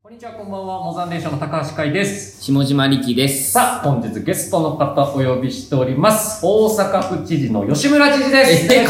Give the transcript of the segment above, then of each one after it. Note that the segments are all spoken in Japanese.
こんにちは、こんばんは。モザンデーションの高橋海です。 下島力です。 さあ、本日ゲストの方お呼びしております。大阪府知事の吉村知事です。 来ない。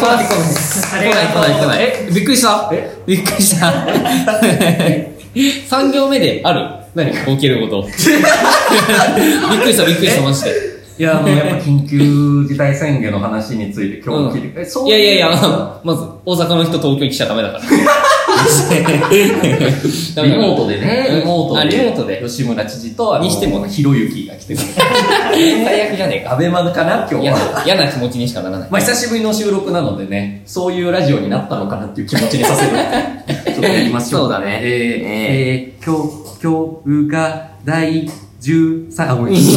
びっくりした。びっくりした。3行目である。 何起きること。びっくりした、マジで。 いや、やっぱ緊急事態宣言の話について今日聞いて、 いや、まず、大阪の人東京に来ちゃダメだから。 リモートでね、 リモートで。 吉村知事と、 にしてもひろゆきが来てくれ最悪じゃねえか。 アベマかな今日は。 嫌な気持ちにしかならない。 まあ久しぶりの収録なのでね、そういうラジオになったのかなっていう気持ちにさせる。ちょっと言いましょう。 そうだね。 今日が第13、あ、ごめん。し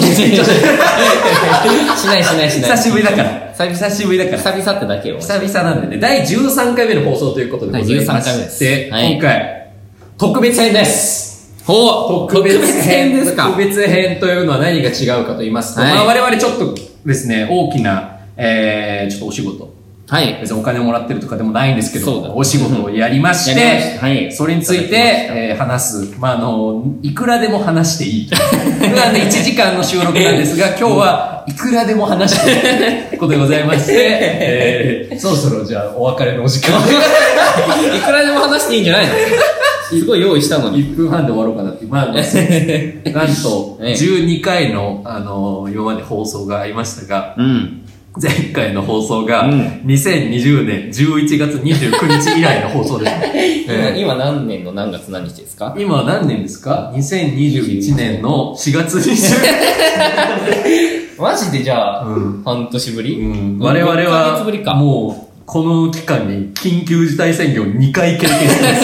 ない。 久しぶりだから。 久々ってだけよ。 久々なんでね、第13回目の放送ということでございまして、 13回目です。 今回、特別編です。 特別編ですか。 特別編というのは何が違うかと言いますと、まあ我々ちょっとですね、大きな、ちょっとお仕事。 はい。 別にお金もらってるとかでもないんですけど、お仕事をやりまして、 はい。 それについて、話す。まあ、いくらでも話していい。普段で1時間の収録なんですが、今日はいくらでも話していいことでございまして、そろそろじゃあお別れのお時間。 いくらでも話していいんじゃないの？すごい用意したのに。 1分半で終わろうかなって。まあ、なんと、12回の、今まで放送がありましたが、前回の放送が、2020年11月29日以来の放送です。 今何年の何月何日ですか？ 今は何年ですか？ 2021 年の4月20日。 マジでじゃあ、半年ぶり？ 我々は、 ぶりかもう、この期間に緊急事態宣言を2回経験してます。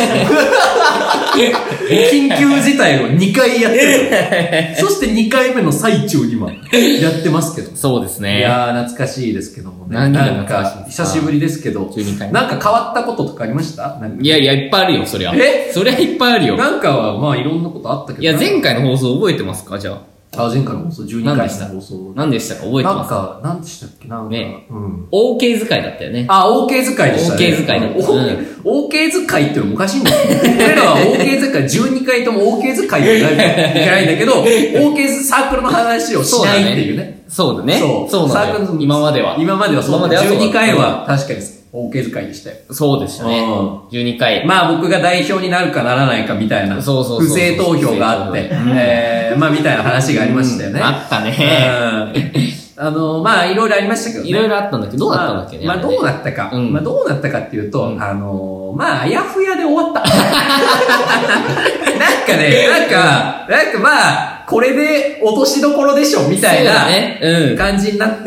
緊急事態を2回やってる。そして2回目の最中に今、やってますけど。 そうですね。 いやー、懐かしいですけどもね。 なんか、 久しぶりですけど、 12回なんか変わったこととかありました？ いや、いっぱいあるよ、そりゃ。そりゃいっぱいあるよ。 なんかは、まあいろんなことあったけど。 いや、前回の放送覚えてますか？じゃあ。 前回の放送、12回の放送。 何でしたか？覚えてますか？ なんでしたっけ？なんか、 OK 使いだったよね。 OK 使いでしたね。 OK 使いだった。 OK 使いっていうのもおかしいんだよ。俺らは OK 使い、12回とも OK 使いって言わなきゃいけないんだけど、OK サークルの話をしないっていうね。 そうだね。そうサークルの今まではそう。12回は確かにOK 使いでしたよ。 そうでしたね。12回。 まあ僕が代表になるかならないかみたいな。不正投票があって、まあみたいな話がありましたよね。 あったね。 まあいろいろありましたけどね。 いろいろあったんだけど、どうだったんだっけね。 まあどうなったか。まあどうなったかっていうと、まああやふやで終わった。なんかね、まあ、これで落としどころでしょ、みたいな感じになって、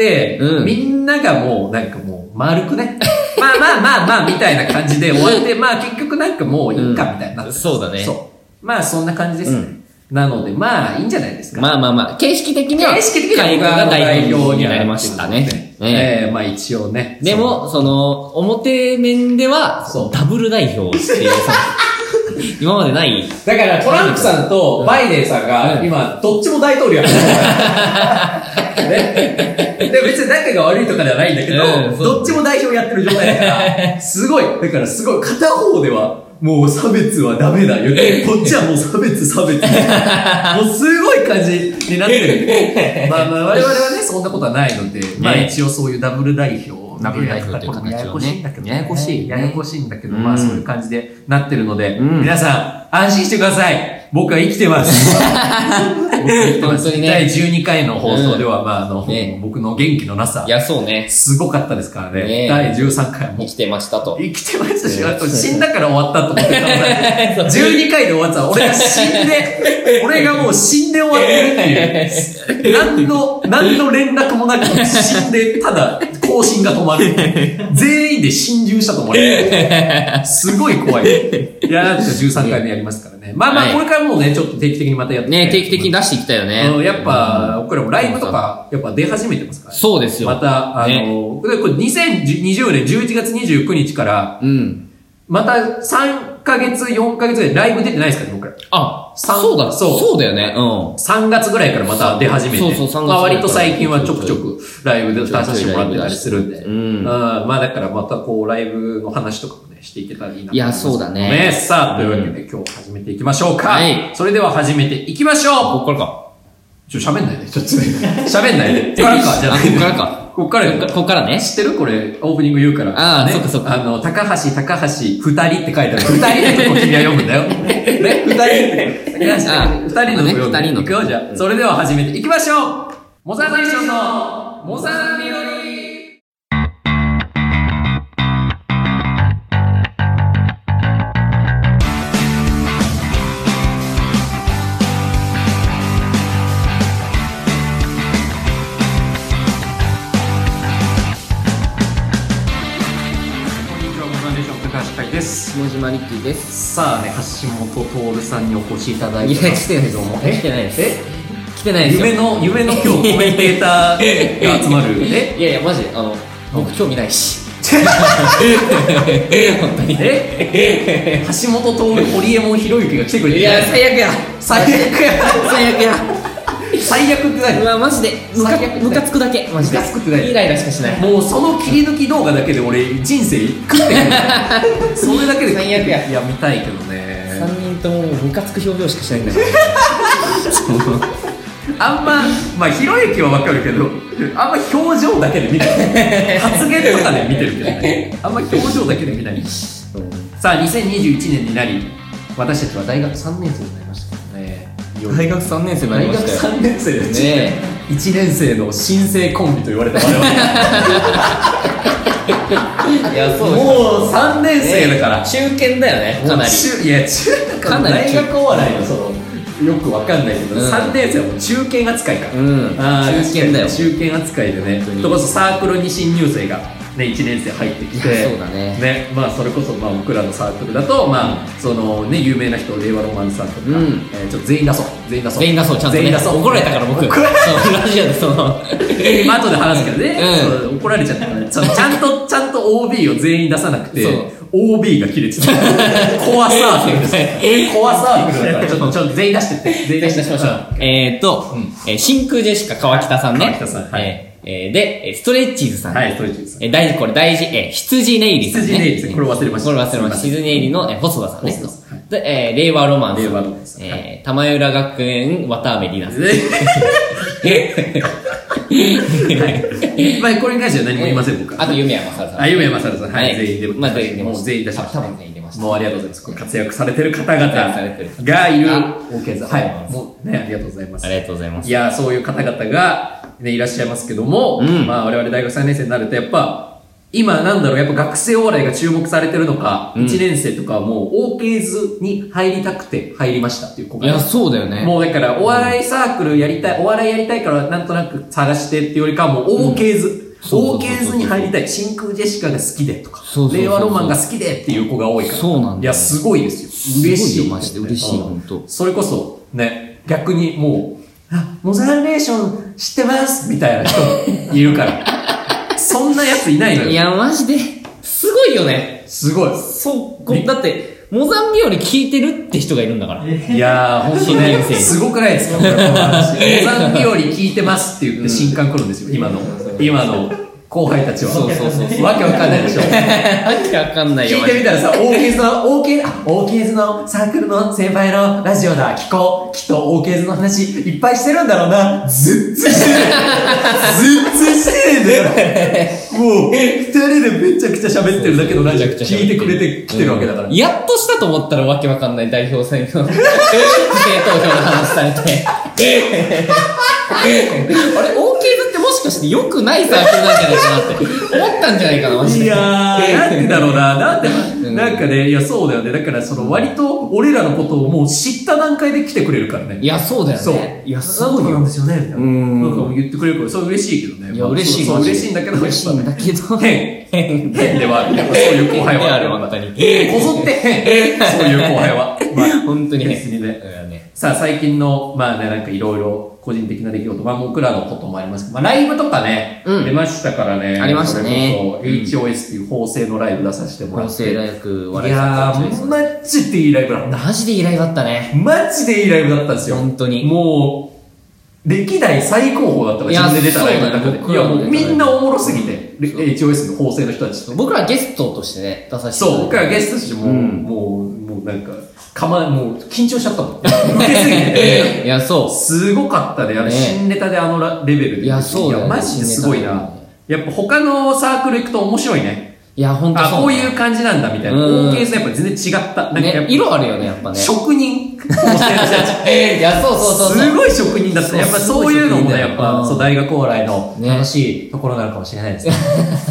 みんながもう、なんかもう、丸くね。まあ、みたいな感じで終わって、まあ結局なんかもういいか、みたいになって。 そうだね。 まあそんな感じですね。なので、まあいいんじゃないですか。 まあ、形式的には、 僕が代表になりましたね。 まあ一応ね。 でも、表面では、ダブル代表っていう今までない。 だからトランプさんとバイデンさんが今どっちも大統領やってるからね。で別に仲が悪いとかではないんだけど、どっちも代表やってる状態だから、すごい片方ではもう差別はダメだよ。こっちはもう差別。もうすごい感じになってる。まあ我々はね、そんなことはないので、まあ一応そういうダブル代表。 ダブル代表という形をね。 ややこしいんだけど。 ややこしいんだけど、まあそういう感じでなってるので、皆さん安心してください。僕は生きてます。本当にね。第12回の放送では、まあ僕の元気のなさ。 いや、そうね。 すごかったですからね。第13回も。 生きてましたと。 生きてましたし、あと死んだから終わったと思ってたので、12回で終わったら俺が俺がもう死んで終わってるっていう。何の連絡もなく死んで、ただ、更新が止まる。全員で心中したと思われる。すごい怖い。いや、なんか13回目やりますからね。まあ、これからもうね、ちょっと定期的にまたやってね、定期的に出していきたいよね。 やっぱ、僕らもライブとか、やっぱ出始めてますからね。 そうですよ。 また、これ2020年11月29日から、また3ヶ月、4ヶ月ぐらいライブ出てないですからね、僕ら。 そうだよね。 3月ぐらいからまた出始めて。 そう、3月。 まあ割と最近はちょくちょくライブで出させてもらってたりするんで。まあだからまたこうライブの話とかもね、 ね、していけたらいいなと思います。 いや、そうだね。 さあ、というわけで今日始めていきましょうか。 はい。 それでは始めていきましょう。 こっからか。 喋んないで。喋んないで。こっからか。じゃあ、 こっからか。 こっからよ。 こっからね。 知ってるこれ、オープニング言うから。 ああ、そっかそっか。 高橋、二人って書いてある。二人のとこ君は読むんだよ。ね、二人のとこ読む。 二人の。 いくよ、じゃあ。それでは始めていきましょう。モザネーションの、モザミドリ。 下島リッキーです。 さあね、橋本徹さんにお越しいただいてますけども。来てないです。来てないです。 夢の今日コメンテーターが集まる。 いやいや、マジで、僕興味ないし。本当に。 橋本徹、堀江門博之が来てくれて。 いや、最悪や。 最悪って何？ うわ、マジでムカつくだけ。マジで。 ムカつくって何？ イライラしかしない。 もうその切り抜き動画だけで俺人生食ってる。それだけで最悪や。 いや見たいけどね。 3人ともムカつく表情しかしないんだから。 あんまひろゆきはわかるけど、あんま表情だけで見ない。発言とかで見てるけどね。あんま表情だけで見ない。さあ2021年になり、私たちは大学3年生になりましたけどね。 大学3年生になりましたよ。 大学3年生ですね。1年生の新生コンビと言われた我々。 いや、そうもう3年生だから。 中堅だよね、かなり。 いや、かなり大学お笑いのよくわかんないけど、3年生はもう中堅扱いか。 中堅だよ。 中堅扱いでね。それこそサークルに新入生がね、1年生入ってきて、 そうだね。 ね、まあそれこそ僕らのサークルだと、まあそのね、有名な人、令和ロマンサークルとか、ちょっと全員出そう、 ちゃんとね。怒られたから僕。そう、ラジオで後で話すけどね、怒られちゃったから、ちゃんと OB を全員出さなくて、OB が切れてた。コアサークルです。コアサークルだから、ちょっと全員出してって。全員出しましょう。真空ジェシカ川北さんね。 川北さん。 で、ストレッチーズさん。 はい、ストレッチーズさん。 これ大事、羊ネイリさんね。 羊ネイリさん。これ忘れました。 羊ネイリの細田さんね。で、令和ロマンさん。 令和ロマンさん。 玉浦学園渡辺里奈さん。 まあ、これに関しては何も言いません、僕は。 あと、夢山正さん。 夢山正さん。はい、全員で。 まあ、全員で。 もう全員出しました。 多分全員出ました。 もうありがとうございます。活躍されてる方々がいる OK さん。はい。もうね、ありがとうございます。 ありがとうございます。 いや、そういう方々がね、いらっしゃいますけども、まあ、我々大学3年生になると、やっぱ、今やっぱ学生お笑いが注目されてるのか、1年生とかはもう OK 図に入りたくて入りましたっていう子が。 いや、そうだよね。 もうだから、お笑いサークルやりたい、お笑いやりたいからなんとなく探してっていうよりかはもう OK 図。OK 図に入りたい。真空ジェシカが好きでとか、令和ロマンが好きでっていう子が多いから。 そうなんだ。 いや、すごいですよ。嬉しい。 マジで嬉しい、本当。 それこそ、ね、逆にもう、モザレーション知ってますみたいな人もいるから。そんなやついないのよ。 いや、マジで、すごいよね。 すごい。 そう、だって、モザンビオリ聞いてるって人がいるんだから。 いやー、ほんとね、すごくないですかモザンビオリ聞いてますって言って新刊来るんですよ、今の後輩たちは。 そう。 わけわかんないでしょ。わけわかんないよ。 聞いてみたらさ、オーケーズのサークルの先輩のラジオだ、聞こう。きっとオーケーズの話いっぱいしてるんだろうな。ずっとしてるんだよ。もう、二人でめちゃくちゃ喋ってるだけのラジオ聞いてくれてきてるわけだから。 やっとしたと思ったらわけわかんない代表選挙の。投票の話されて。あれ、オーケーズってもしかして良くないサークルなんじゃないかなって思ったんじゃないかな、マジで。 いやー、なんでだろうな。なんかね、いや、そうだよね。だから、割と、俺らのことをもう知った段階で来てくれるからね。 いや、そうだよね。 そう。 いや、 すごいなんですよね、みたいな。なんか言ってくれるから、そう嬉しいけどね。 いや、嬉しい。 そう、嬉しいんだけど、 嬉しいんだけど。 変ではある。やっぱそういう後輩は。 ある、本当に。 こぞって変。そういう後輩は。 本当に別にね。さあ、最近の、まあね、なんかいろいろ個人的な出来事、まあ僕らのこともありますけど、まあライブとかね、出ましたからね。 ありましたね。 HOS っていう法制のライブ出させてもらって。 法制大学笑いやー、マジでいいライブだった。 マジでいいライブだったね。 マジでいいライブだったんですよ。 本当に。 もう、 歴代最高峰だったから、自分で出たライブの中で。いや、もうみんなおもろすぎて、HOS の法制の人たちと。 僕らゲストとしてね、出させていただいて。 そう、僕らゲストとしてもうなんか、もう緊張しちゃったもん。受けすぎて。 いや、そう。 すごかったね。新ネタでレベルで。 いや、そうだよ。 いや、マジですごいな。やっぱ他のサークル行くと面白いね。 いや、ほんとそう。 こういう感じなんだみたいな。OK さやっぱ全然違った。なんかやっぱ色あるよね、やっぱね。 職人。 いや、そう。 すごい職人だった。やっぱそういうのもね、やっぱ、そう、大学お笑いの楽しいところなのかもしれないですね。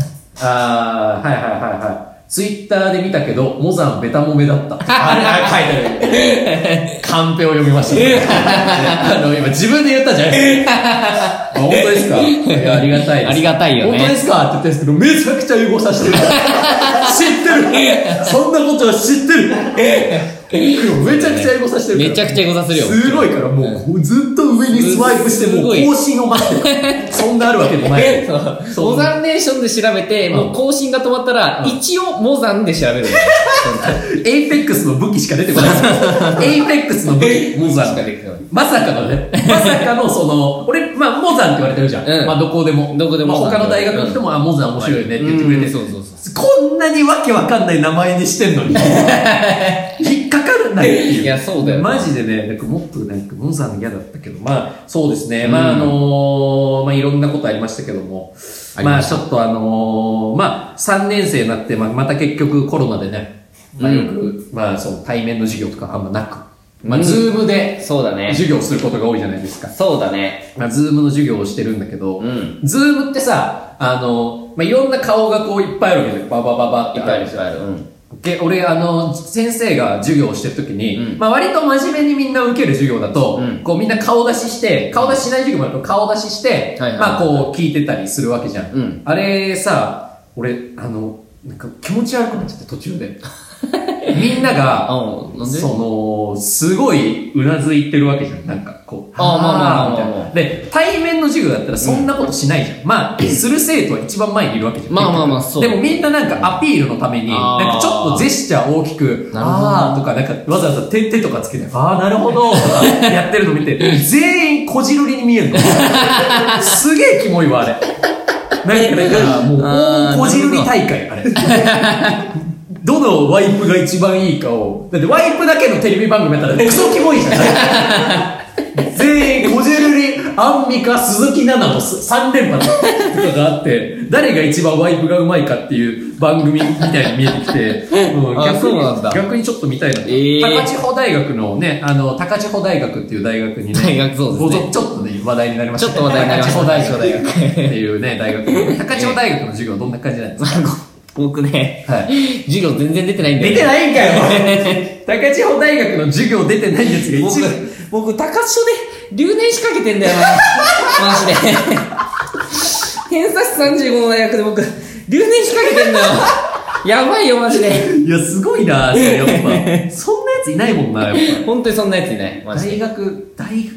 はい。ツイッターで見たけど、モザンベタもめだった。書いてある。カンペを読みました。今自分で言ったじゃないですか。本当ですか？いや、ありがたいです。 ありがたいよね。 本当ですかって言ってるんですけど、めちゃくちゃエゴさしてる。知ってる。そんなことは知ってる。めちゃくちゃエゴさしてる。 めちゃくちゃエゴさせるよ。 すごいから、もうずっと上にスワイプして、もう更新を待ってる。そんなあるわけでもない。 モザンネーションで調べて、もう更新が止まったら、一応モザンで調べる。 エイペックスの武器しか出てこない。エイペックスの武器、モザンしか出てこない。まさかのね、俺、まあ、モザンって言われてるじゃん。まあ、どこでも。まあ、他の大学の人も、モザン面白いよねって言ってくれて。こんなにわけわかんない名前にしてんのに。引っかかるないっていう。 いや、そうだよ。 マジでね、もっとモザン嫌だったけど、まあ、そうですね。まあ、まあ、いろんなことありましたけども。まあ、ちょっとまあ、3年生になって、また結局コロナでね、まあ、よく、まあ、対面の授業とかあんまなく。まあ、ズームで、 そうだね。 授業することが多いじゃないですか。 そうだね。 まあ、ズームの授業をしてるんだけど、ズームってさ、まあ、いろんな顔がこういっぱいあるわけじゃん。バってある。 いっぱいある。 で、俺、先生が授業をしてるときに、まあ、割と真面目にみんな受ける授業だと、こうみんな顔出しして、顔出ししない授業もあると顔出しして、まあ、こう聞いてたりするわけじゃん。あれさ、俺、なんか気持ち悪くなっちゃって途中で。みんなが、すごいうなずいてるわけじゃん。なんか、こう。まあ。で、対面の授業だったらそんなことしないじゃん。まあ、する生徒は一番前にいるわけじゃん。 まあ、そう。 でもみんななんかアピールのために、なんかちょっとジェスチャー大きく、あーとか、なんかわざわざ手とかつけて、あーなるほど、とかやってるの見て、全員こじるりに見えるの。すげえキモいわ、あれ。なんか、もう、大こじるり大会、あれ。どのワイプが一番いいかを、だってワイプだけのテレビ番組やったらクソキモいじゃん。全員、こじるり、アンミカ、鈴木奈々の3連発とかがあって、誰が一番ワイプがうまいかっていう番組みたいに見えてきて、逆にちょっと見たいなと。高千穂大学のね、高千穂大学っていう大学にね、ちょっとね、話題になりました。 ちょっと話題になりました。 高千穂大学っていうね、大学。高千穂大学の授業はどんな感じなんですか？ 僕ね、授業全然出てないんだよ。 出てないんかよ高千穂大学の授業出てないやつが一番。 僕、高千穂で留年しかけてんだよな。マジで。偏差値35の大学で僕、留年しかけてんだよ。やばいよ、マジで。 いや、すごいな、やっぱ。そんなやついないもんな、やっぱ。 本当にそんなやついない。 大学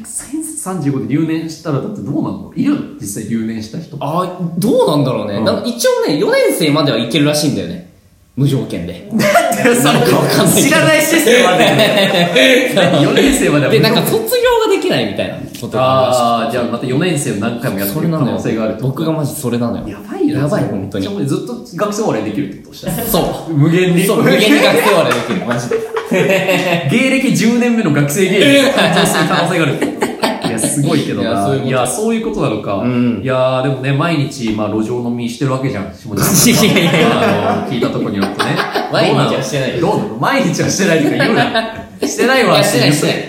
35で留年したら、だってどうなの？いるの？実際留年した人。 どうなんだろうね。一応ね、4年生まではいけるらしいんだよね。無条件で。 なんか知らないシステムまで。4年生までは。 で、なんか卒業ができないみたいなことがある。じゃあまた4年生を何回もやってる可能性がある。 僕がマジそれなのよ。 やばいよ。 やばい、本当に。 ずっと学生お笑いできるってことしたら。 そう。 無限に。 そう、無限に学生お笑いできる、マジで。 芸歴10年目の学生芸人誕生する可能性がある。いや、すごいけどな。いや、そういうことなのか。いや、でもね、毎日、まあ、路上飲みしてるわけじゃん。下地さん聞いたとこによってね。 毎日はしてない。 どうなの？毎日はしてないとか言うな。してないわ。 してない。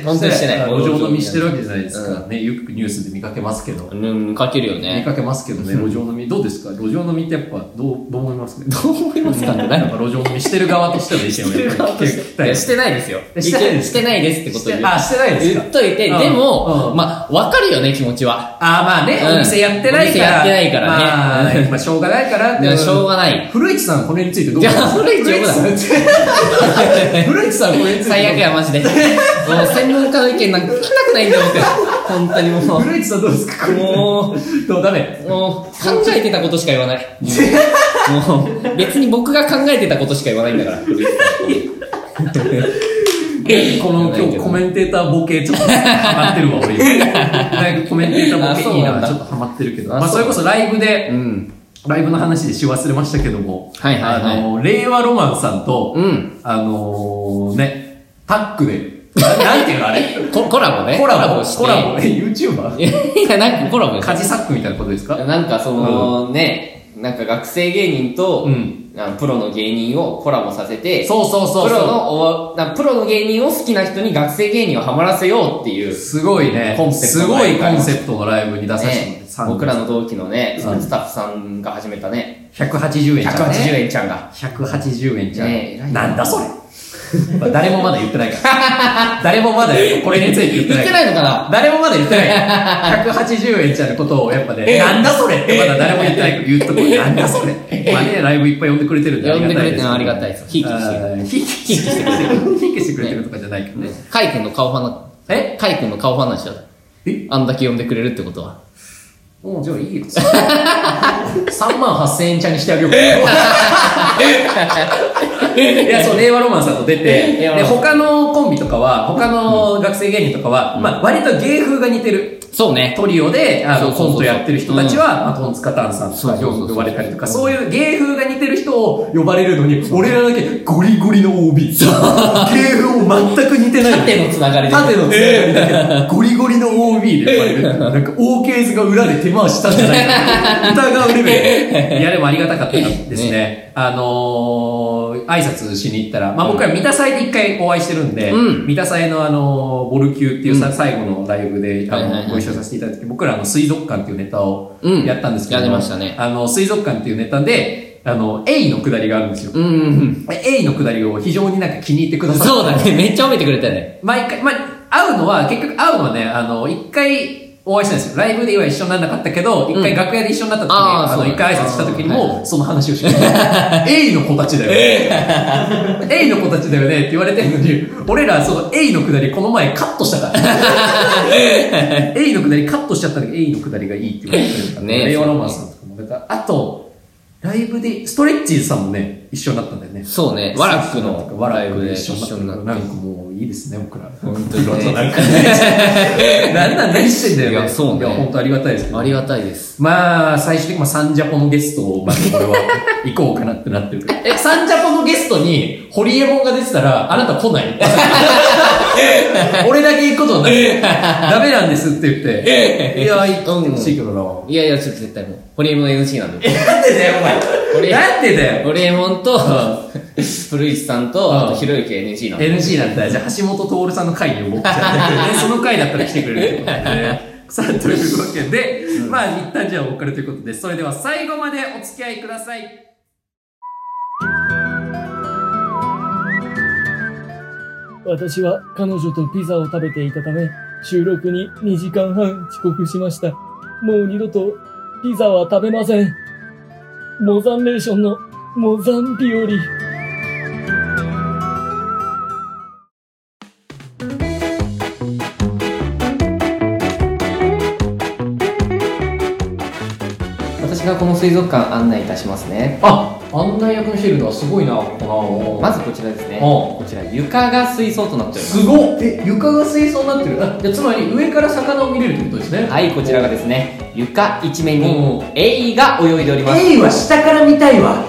本当にしてない。 路上飲みしてるわけじゃないですか。ね、よくニュースで見かけますけど。 見かけるよね。 見かけますけどね、路上飲み。どうですか？路上飲みってやっぱ、どう思いますか？ どう思いますかって何？路上飲みしてる側としての意見をしてないですよ。してないですってこと言う。 してないですか？ 言っといて、でも、まあ、わかるよね、気持ちは。 まあね、お店やってないから。お店やってないからね。 まあ、しょうがないから。 しょうがない。 古市さん、これについてどう思いますか？ 古市呼ぶな。 古市さん、これについて。 最悪や、マジで。もう専門家の意見なんか聞きたくないんだよ、僕。本当にもう。 古市さんどうですか？もう、ダメ。 もう、考えてたことしか言わない。もう、別に僕が考えてたことしか言わないんだから、古市さん。 この今日コメンテーターボケちょっとハマってるわ、俺。なんかコメンテーターボケいいな、ちょっとハマってるけど。まあそれこそライブで、ライブの話でし忘れましたけども、令和ロマンさんと、ね、タッグで、なんていうのあれコラボね。 コラボして。YouTuber? いや、なんかコラボです。 カジサックみたいなことですか？ なんかね、なんか学生芸人と、プロの芸人をコラボさせて、 そう。 プロの芸人を好きな人に学生芸人をハマらせようっていう。 すごいね。すごいコンセプトのライブに出させて僕らの同期のね、スタッフさんが始めたね。 180円ちゃん。 180円ちゃんが。 180円ちゃん。なんだそれ。誰もまだ言ってないから。誰もまだこれについて言ってない。 言ってないのかな？ 誰もまだ言ってない。180円ちゃんのことをやっぱね、なんだそれってまだ誰も言ってないから言うとこなんだそれ。まあね、ライブいっぱい呼んでくれてるんで。 呼んでくれてるのはありがたいです。ひいきしてくれてる。 ひいきしてくれてるとかじゃないけどね。 カイ君の顔ファンカイ君の顔ファンなんしちゃう。あんだけ呼んでくれるってことは。 もうじゃあいいよ。38,000円茶にしてあげようか。いや、そう、令和ロマンさんと出て、で、他のコンビとかは、他の学生芸人とかは、まあ、割と芸風が似てる。 そうね。 トリオで、コントやってる人たちは、まあ、トンツカタンさんとかよく呼ばれたりとか、そういう芸風が似てる人を呼ばれるのに、俺らだけゴリゴリの OB。芸風も全く似てない。 縦のつながりで。 縦のつながりだけど、ゴリゴリの OB で呼ばれる。なんか、OK 図が裏で手回ししたんじゃないか。疑うレベルで。いや、でもありがたかったですね。挨拶しに行ったら、まあ、僕ら三田祭で一回お会いしてるんで、三田祭のボルキューっていう最後のライブで、ご一緒させていただいて、僕ら水族館っていうネタをやったんですけど、 やりましたね。 水族館っていうネタで、エイの下りがあるんですよ。エイの下りを非常になんか気に入ってくださって。 そうだね。めっちゃ褒めてくれたよね。 毎回、結局会うのはね、一回、お会いしたんですよ。ライブでは一緒にならなかったけど、一回楽屋で一緒になった時に、一回挨拶した時にも、その話をしてくれた。エイの子たちだよね。エイの子たちだよねって言われてるのに、俺らそのエイのくだりこの前カットしたから。エイのくだりカットしちゃったんだけど、エイのくだりがいいって言われてるから。令和ロマンさんとかも。あと、ライブで、ストレッチーズさんもね、一緒になったんだよね。 そうね。ワラックのライブで一緒になった。なんかもういいですね、僕ら。 本当にね。 何してんだよね。 いや、そうね。 いや、本当ありがたいですけど。 ありがたいです。 まあ、最終的にサンジャポのゲストを、まずこれは行こうかなってなってる。サンジャポのゲストに、ホリエモンが出てたら、あなた来ない俺だけ行くことになる。ダメなんですって言って。いや、行ってほしいけどな。 いや、ちょっと絶対もう。ホリエモン NG なんで。 なんでだよ、お前。なんでだよ。 ホリエモンと、古市さんと、あとひろゆき NG なんだ。 NG なんだ。じゃあ、橋本徹さんの回に思っちゃって、その回だったら来てくれるってことね。さあ、というわけで、まあ、一旦じゃあ、お別れということで、それでは最後までお付き合いください。 私は彼女とピザを食べていたため、収録に2時間半遅刻しました。もう二度とピザは食べません。モザンレーションのモザン日和。 私がこの水族館案内いたしますね。 案内役の人いるのはすごいな、 まずこちらですね。こちら床が水槽となっております。 すごっ。床が水槽になってる。じゃあつまり上から魚を見れるってことですね。 はい、こちらがですね、床一面にエイが泳いでおります。 エイは下から見たいわ。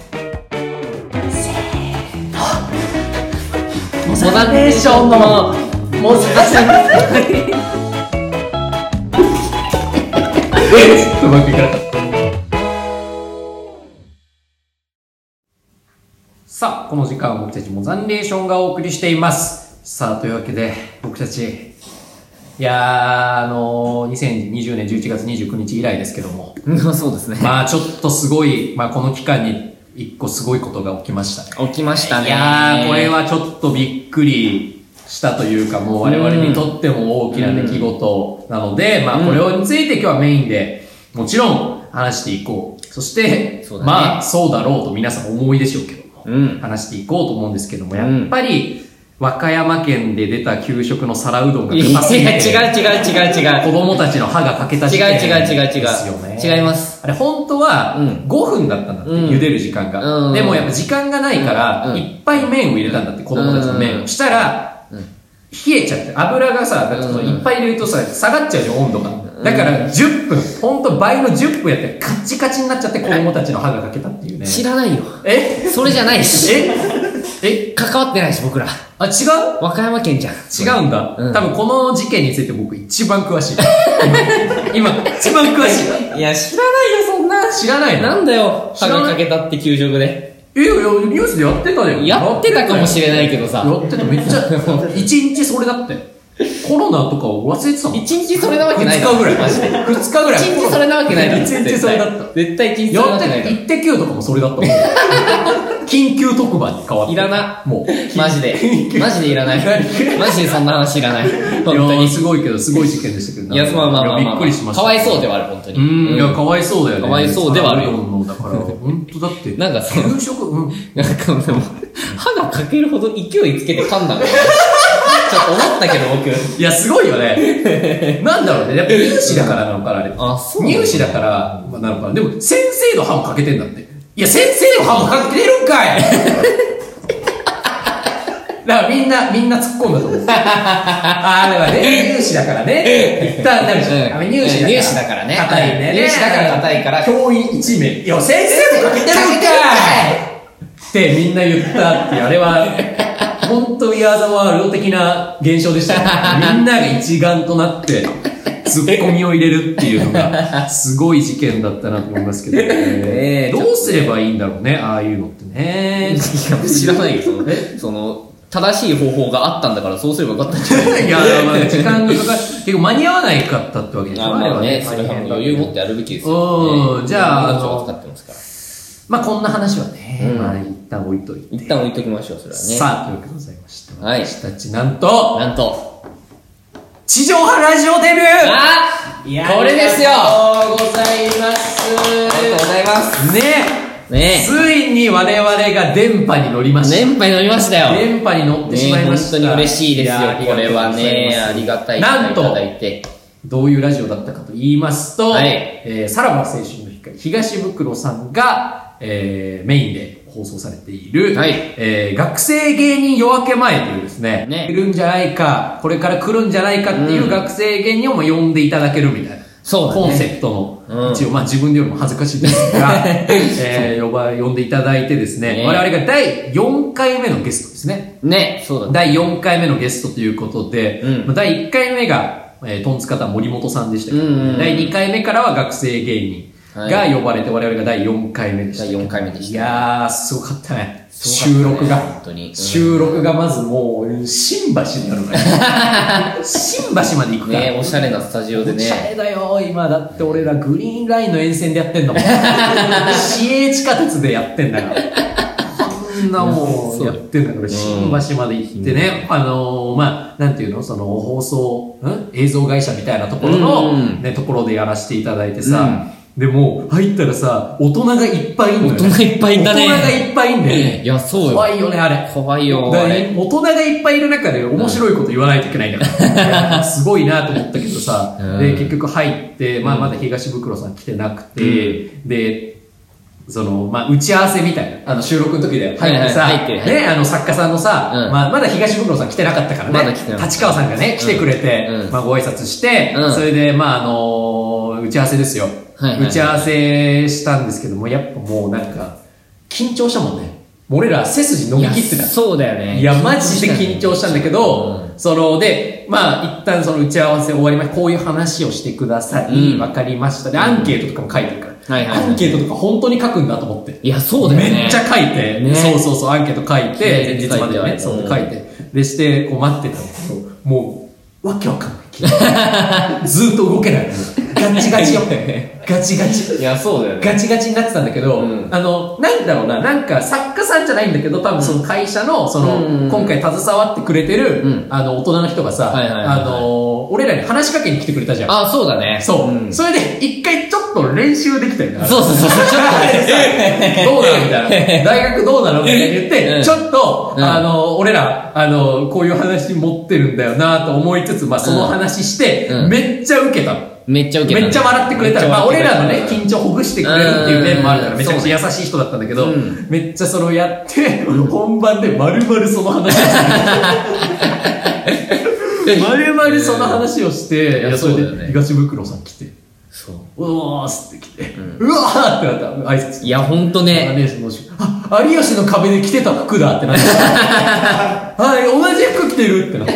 モザンレーションのモザンうまくいかなかった。さあ、この時間は僕たちモザンレーションがお送りしています。さあ、というわけで、僕たち、いやー、2020年11月29日以来ですけども。 そうですね。 まあ、ちょっとすごい、まあ、この期間に一個すごいことが起きましたね。 起きましたね。 いやー、これはちょっとびっくりしたというか、もう我々にとっても大きな出来事なので、まあ、これについて今日はメインで、もちろん話していこう。そして、まあ、そうだろうと皆さん思いでしょうけども、話していこうと思うんですけども、やっぱり、和歌山県で出た給食の皿うどんが硬すぎて、 違う。 子供たちの歯が欠けた時点ですよね。 違います。 あれ本当は5分だったんだって、茹でる時間が。でもやっぱ時間がないから、いっぱい麺を入れたんだって、子供たちの麺を。したら、 冷えちゃって、油がさ、だからいっぱい入れるとさ、下がっちゃうじゃん、温度が。だから10分、ほんと倍の10分やってカッチカチになっちゃって子供たちの歯が欠けたっていうね。 知らないよ。それじゃないし。関わってないし、僕ら。 あ、違う？ 和歌山県じゃん。 違うんだ。多分この事件について僕一番詳しい。今、一番詳しい。いや、知らないよ、そんな。 知らないの？ なんだよ、歯が欠けたって給食で。 いや、ニュースでやってたよ。 やってたかもしれないけどさ。 やってた、めっちゃ。一日それだって。コロナとかを忘れてたの？ 一日それなわけない 2日ぐらい。マジで。2日ぐらい。 一日それなわけないだろ。 一日それだった。 絶対一日それなわけないだろ。 イッテ Q とかもそれだったもん。緊急特番に変わって。 いらな。 もう。 マジで。マジでいらない。マジでそんな話いらない。本当に。 すごいけど、すごい事件でしたけど。 いや、まあ。 びっくりしました。 かわいそうではある、本当に。 いや、かわいそうだよね。 かわいそうではあるよ。 だから、本当だって。 なんかその、 給食、 なんかでも、歯が欠けるほど勢いつけて噛んだの。ちょっと思ったけど、僕。 いや、すごいよね。なんだろうね。やっぱ乳歯だからなのかな、あれ。 あ、そう。 乳歯だから、なのかな。でも、先生の歯も欠けてんだって。いや、先生の歯も欠けてるんかいだからみんな突っ込んだと思う。あれはね、乳歯だからね。一旦なるじゃん。 乳歯だからね。 硬いね。 乳歯だから硬いから。 教員1名。いや、先生も欠けてるんかいってみんな言ったっていう、あれは、本当にアザワールド的な現象でしたよ。みんなが一丸となって、ツッコミを入れるっていうのが、すごい事件だったなと思いますけどね。どうすればいいんだろうね、ああいうのってね。 知らないよ。その、正しい方法があったんだから、そうすればよかったんじゃないいや、まあ、時間がかかる。結構間に合わないかったってわけでしょ。 まあね、それは余裕持ってやるべきですよね。 じゃあ、 使ってますから。 まあこんな話はね、まあ一旦置いといて。 一旦置いときましょう、それはね。 さあ、というわけでございまして。 はい。 私たちなんと、地上波ラジオデビューこれですよありがとうございます。 ありがとうございます。 ねついに我々が電波に乗りました。 電波に乗りましたよ。 電波に乗ってしまいました。 本当に嬉しいですよ。これはね、ありがたい。 なんと、 いただいて。 どういうラジオだったかと言いますと、さらば青春の光、東袋さんが、メインで放送されている、学生芸人夜明け前というですね、来るんじゃないか、これから来るんじゃないかっていう学生芸人を呼んでいただけるみたいな。コンセプトの、一応まあ自分でよりも恥ずかしいですが、呼んでいただいてですね、我々が第4回目のゲストですね。 そうだね。 第4回目のゲストということで、第1回目が、トンツカタン森本さんでしたけど、第2回目からは学生芸人が呼ばれて、我々が第4回目でした。 第4回目でした。 いやー、すごかったね。収録が。 本当に。 収録がまずもう、新橋になるから。新橋まで行くから。 ね、おしゃれなスタジオでね。 おしゃれだよ、今。だって俺らグリーンラインの沿線でやってんだもん。市営地下鉄でやってんだから。こんなもうやってんだから、新橋まで行ってね、まあ、なんていうのその放送、映像会社みたいなところの、ね、ところでやらせていただいてさ、でも、入ったらさ、大人がいっぱいいんだよね。 大人いっぱいいたね。 大人がいっぱいいんだよね。 いや、そうよ。 怖いよね、あれ。 怖いよ。 大人がいっぱいいる中で面白いこと言わないといけないんだから。すごいなと思ったけどさ、で、結局入って、まあ、まだ東袋さん来てなくて、で、まあ、打ち合わせみたいな、収録の時で入ってさ、ね、作家さんのさ、まあ、まだ東袋さん来てなかったからね、立川さんがね、来てくれて、まあ、ご挨拶して、それで、まあ、打ち合わせですよ。打ち合わせしたんですけども、やっぱもうなんか、緊張したもんね。俺ら背筋伸びきってた。 そうだよね。 いや、マジで緊張したんだけど、で、まあ、一旦その打ち合わせ終わりまして、こういう話をしてください。わかりました。で、アンケートとかも書いてるから。アンケートとか本当に書くんだと思って。 いや、そうだよね。 めっちゃ書いて、そう、アンケート書いて、前日まではね、そう書いて。で、して、こう待ってたんだけど、もう、わけわかんない。ずーっと動けない。ガチガチよ。ガチガチ。 いや、そうだよね。 ガチガチになってたんだけど、なんだろうな、なんか作家さんじゃないんだけど、多分その会社の、今回携わってくれてる、大人の人がさ、俺らに話しかけに来てくれたじゃん。 あ、そうだね。 そう。それで、一回ちょっと練習できたよね。 そう。ちょっとどうなのみたいな。大学どうなのみたいな言って、ちょっと、俺ら、こういう話持ってるんだよなと思いつつ、まあその話して、めっちゃ受けた。 めっちゃ笑ってくれたら、まあ俺らのね、緊張ほぐしてくれるっていう面もあるから、めちゃくちゃ優しい人だったんだけど、めっちゃそれをやって、本番で丸々その話をして丸々その話をして、いや、それで東袋さん来て、 そう。 うわーって来て、うわーってなった挨拶。 いや、ほんとね。 あ、有吉の壁で着てた服だってなって。はい、同じ服着てるってなって。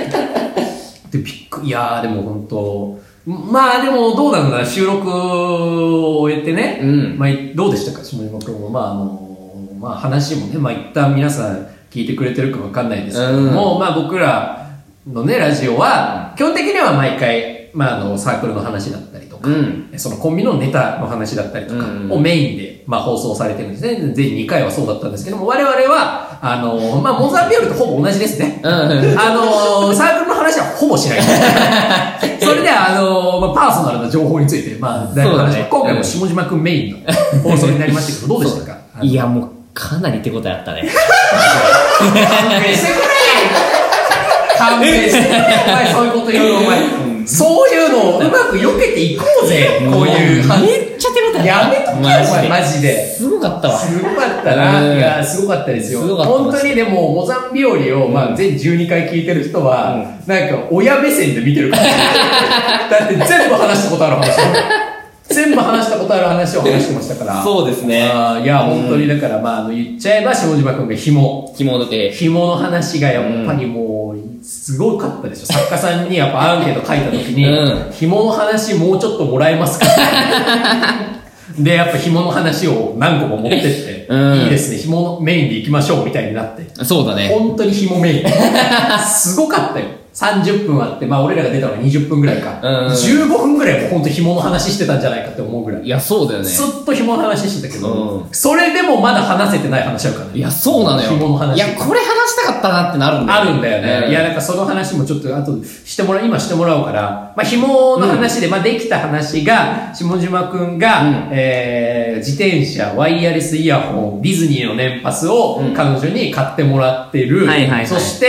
で、びっくり。いやー、でもほんと、まあでもどうなんだ、収録を終えてね。まあ、どうでしたか、下山君も。まあ話もね、まあ一旦皆さん聞いてくれてるかわかんないですけども、まあ僕らのね、ラジオは、基本的には毎回、まあサークルの話だったりとか、そのコンビのネタの話だったりとかをメインで、まあ放送されてるんですね。全2回はそうだったんですけども、我々は、まあモザンビオルとほぼ同じですね。サークルの話はほぼしない。それでは、まあパーソナルな情報について、まあ、だいぶ話、今回も下島くんメインの放送になりましたけど、どうでしたか？ いや、もう、かなり手応えあったね。 勘弁してくれ！勘弁してくれ！お前、そういうこと言うの、お前。そういうのをうまく避けていこうぜ、こういう。 めっちゃ手応えやめとけよ、お前、マジで。 すごかったわ。 すごかったな。いや、すごかったですよ。本当にでも、モザンビオリを、まあ、全12回聞いてる人は、なんか、親目線で見てるかもしれない。だって全部話したことある話。全部話したことある話を話してましたから。 そうですね。 いや、本当にだから、まあ、言っちゃえば、下島くんが紐の話がやっぱりもう、すごかったでしょ。作家さんにやっぱアンケート書いた時に、紐の話もうちょっともらえますかで、やっぱ紐の話を何個も持ってって、いいですね、紐のメインで行きましょうみたいになって。 そうだね。 本当に紐メイン。すごかったよ。30分あって、まあ俺らが出たのは20分ぐらいか。15分ぐらいも本当紐の話してたんじゃないかって思うぐらい。 いや、そうだよね。 ずっと紐の話してたけど、それでもまだ話せてない話あるからね。 いや、そうなのよ。 紐の話。 いや、これ話したかったなってなるんだよ。 あるんだよね。いや、なんかその話もちょっと後で今してもらおうから、まあ紐の話で、まあできた話が、下島くんが、自転車、ワイヤレスイヤホン、ディズニーの年パスを彼女に買ってもらってる。そして、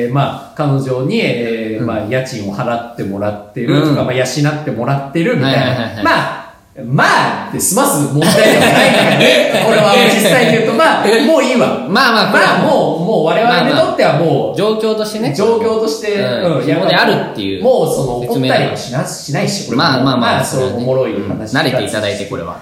まあ、彼女に、まあ、家賃を払ってもらってるとか、まあ、養ってもらってるみたいな。まあ、って済ます問題ではないからね。これは実際に言うと、まあ、もういいわ。まあ、もう我々にとってはもう、 状況としてね。 状況として、 紐であるっていう。 もう、怒ったりはしないし、これまあ、そう、おもろい話。 慣れていただいて、これは。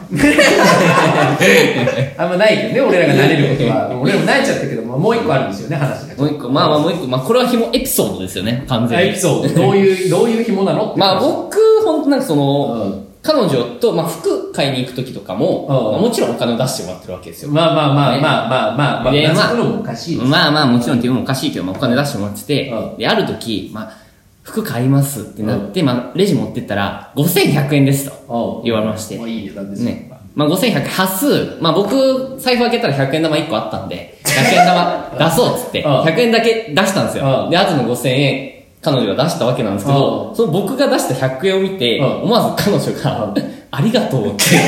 あんまないけどね、俺らが慣れることは。俺らも慣れちゃったけど、もう一個あるんですよね、話が。 もう一個、まあ、これは紐エピソードですよね、完全に。 エピソード。どういう紐なの？ まあ、僕、ほんとなんか彼女と、まあ、服買いに行くときとかも、もちろんお金を出してもらってるわけですよ。 まあ、夏のもおかしいです。 まあ、もちろんっていうのもおかしいけど、まあ、お金出してもらってて、で、あるとき、まあ、服買いますってなって、まあ、レジ持ってったら、5100円ですと言われまして。 いい値段ですね。 まあ、5100、端数、まあ、僕、財布開けたら100円玉1個あったんで、100円玉出そうっつって、100円だけ出したんですよ。で、あとの5000円、彼女が出したわけなんですけど、その僕が出した100円を見て、思わず彼女が、ありがとうって言って、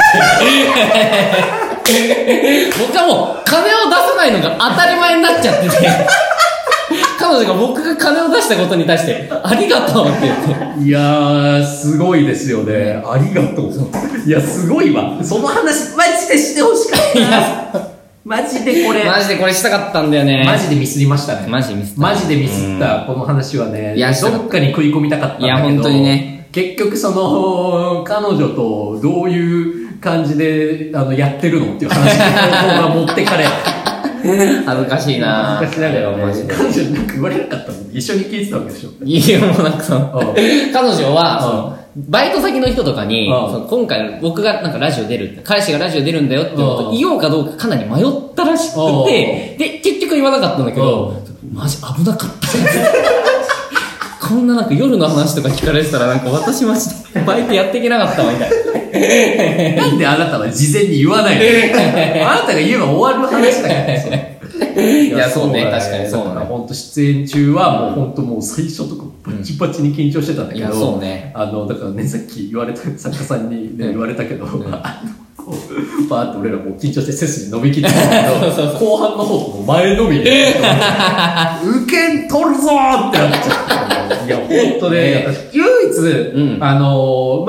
僕はもう、金を出さないのが当たり前になっちゃってて、彼女が僕が金を出したことに対して、ありがとうって言って。 いやー、すごいですよね。ありがとう。いや、すごいわ。その話、マジでしてほしかった。マジでこれしたかったんだよね。 マジでミスりましたね。 マジでミスった。 この話はね。いや、どっかに食い込みたかったんだけど。いや、 本当にね。 結局彼女とどういう感じで、やってるのっていう話が持ってかれ。 恥ずかしいな恥ずかしながら、マジで。彼女になんか言われなかったの？一緒に聞いてたわけでしょ？ いや、もうなんか彼女は、バイト先の人とかに、今回僕がなんかラジオ出るって、彼氏がラジオ出るんだよってこと言おうかどうかかなり迷ったらしくて、で、結局言わなかったんだけど、マジ危なかった。こんななんか夜の話とか聞かれてたらなんか私マジでバイトやっていけなかったわみたいな。 なんであなたは事前に言わないの？あなたが言えば終わる話だから。 いや、そうね、確かにそうね。 本当出演中はもう本当もう最初とかバチバチに緊張してたんだけど、 そうね。 だからね、さっき言われた、作家さんにね、言われたけど、こう、バーって俺らもう緊張して背筋伸びきってたけど、後半の方も前のみで、受けん取るぞーってなっちゃった。いや、ほんとね、唯一、まあ、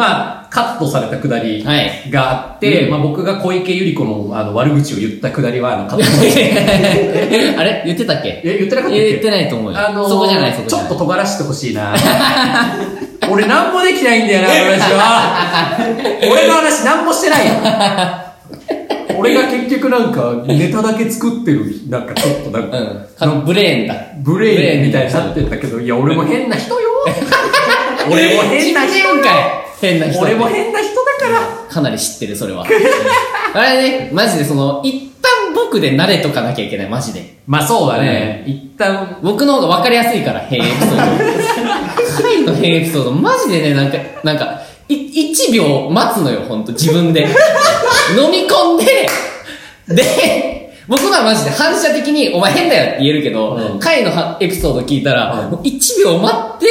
カットされたくだりがあって、まあ僕が小池百合子の悪口を言ったくだりはカットされてあれ言ってたっけ？ 言ってなかったっけ？ 言ってないと思うよ。そこじゃない、そこじゃない。 ちょっと尖らしてほしいな。俺なんもできないんだよな、話は。俺の話なんもしてないよ。俺が結局なんかネタだけ作ってる、なんかちょっとなんか、 ブレーンだ。 ブレーンみたいになってんだけど、いや俺も変な人よ。俺も変な人よ。 変な人。 俺も変な人だから。 かなり知ってる、それは。あれね、マジで一旦僕で慣れとかなきゃいけない、マジで。 まあそうだね。一旦。 僕の方が分かりやすいから、変エピソード。彼の変エピソード、マジでね、なんか、1秒待つのよ、ほんと、自分で。飲み込んで、で、僕はマジで反射的に、お前変だよって言えるけど、回のエピソード聞いたら、1秒待って、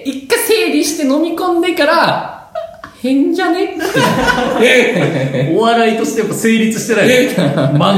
一回整理して飲み込んでから、変じゃねってお笑いとしてやっぱ成立してない間がもう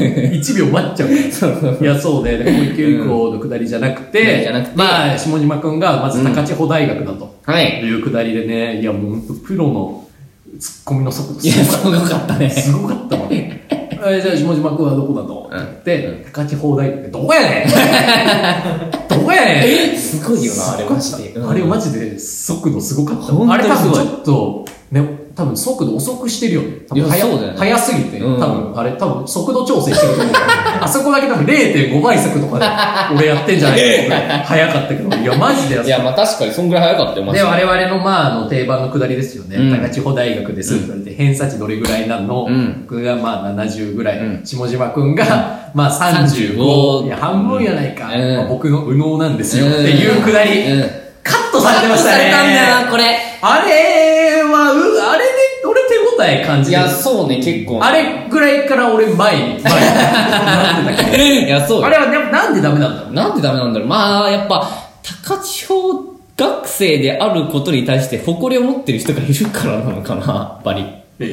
1秒待っちゃう。いや、そうね。小池百合子のくだりじゃなくて、まあ、下島くんがまず高千穂大学だと。いうくだりでね、いや、もうほんとプロのツッコミの速度すごかったね。 すごかったもんね。じゃあ、下島くんはどこだとって言って、高千穂大学どこやねんどこやねんすごいよな、あれマジで。 あれマジで速度すごかった。あれ多分ちょっと、ね、多分速度遅くしてるよね。多分早すぎて、多分速度調整してると思う。あそこだけ多分 0.5 倍速とかで俺やってんじゃないかって早かったけど。いや、マジで。 いや、まあ確かにそんぐらい早かったよ、マジで。 で、我々のまあ定番の下りですよね。高千穂大学ですって言われて、偏差値どれぐらいなの？僕がまあ70ぐらい。下島くんがまあ35。いや、半分やないか。僕の右脳なんですよっていうくだり。カットされてましたね。 カットされたんだよな、これ。 あれは、あれで俺手応え感じる。 いや、そうね、結構。 あれぐらいから俺前に。 いや、そう。 あれはなんでダメなんだろう。 なんでダメなんだろう。まあ、やっぱ、高千穂学生であることに対して誇りを持ってる人がいるからなのかな、やっぱり。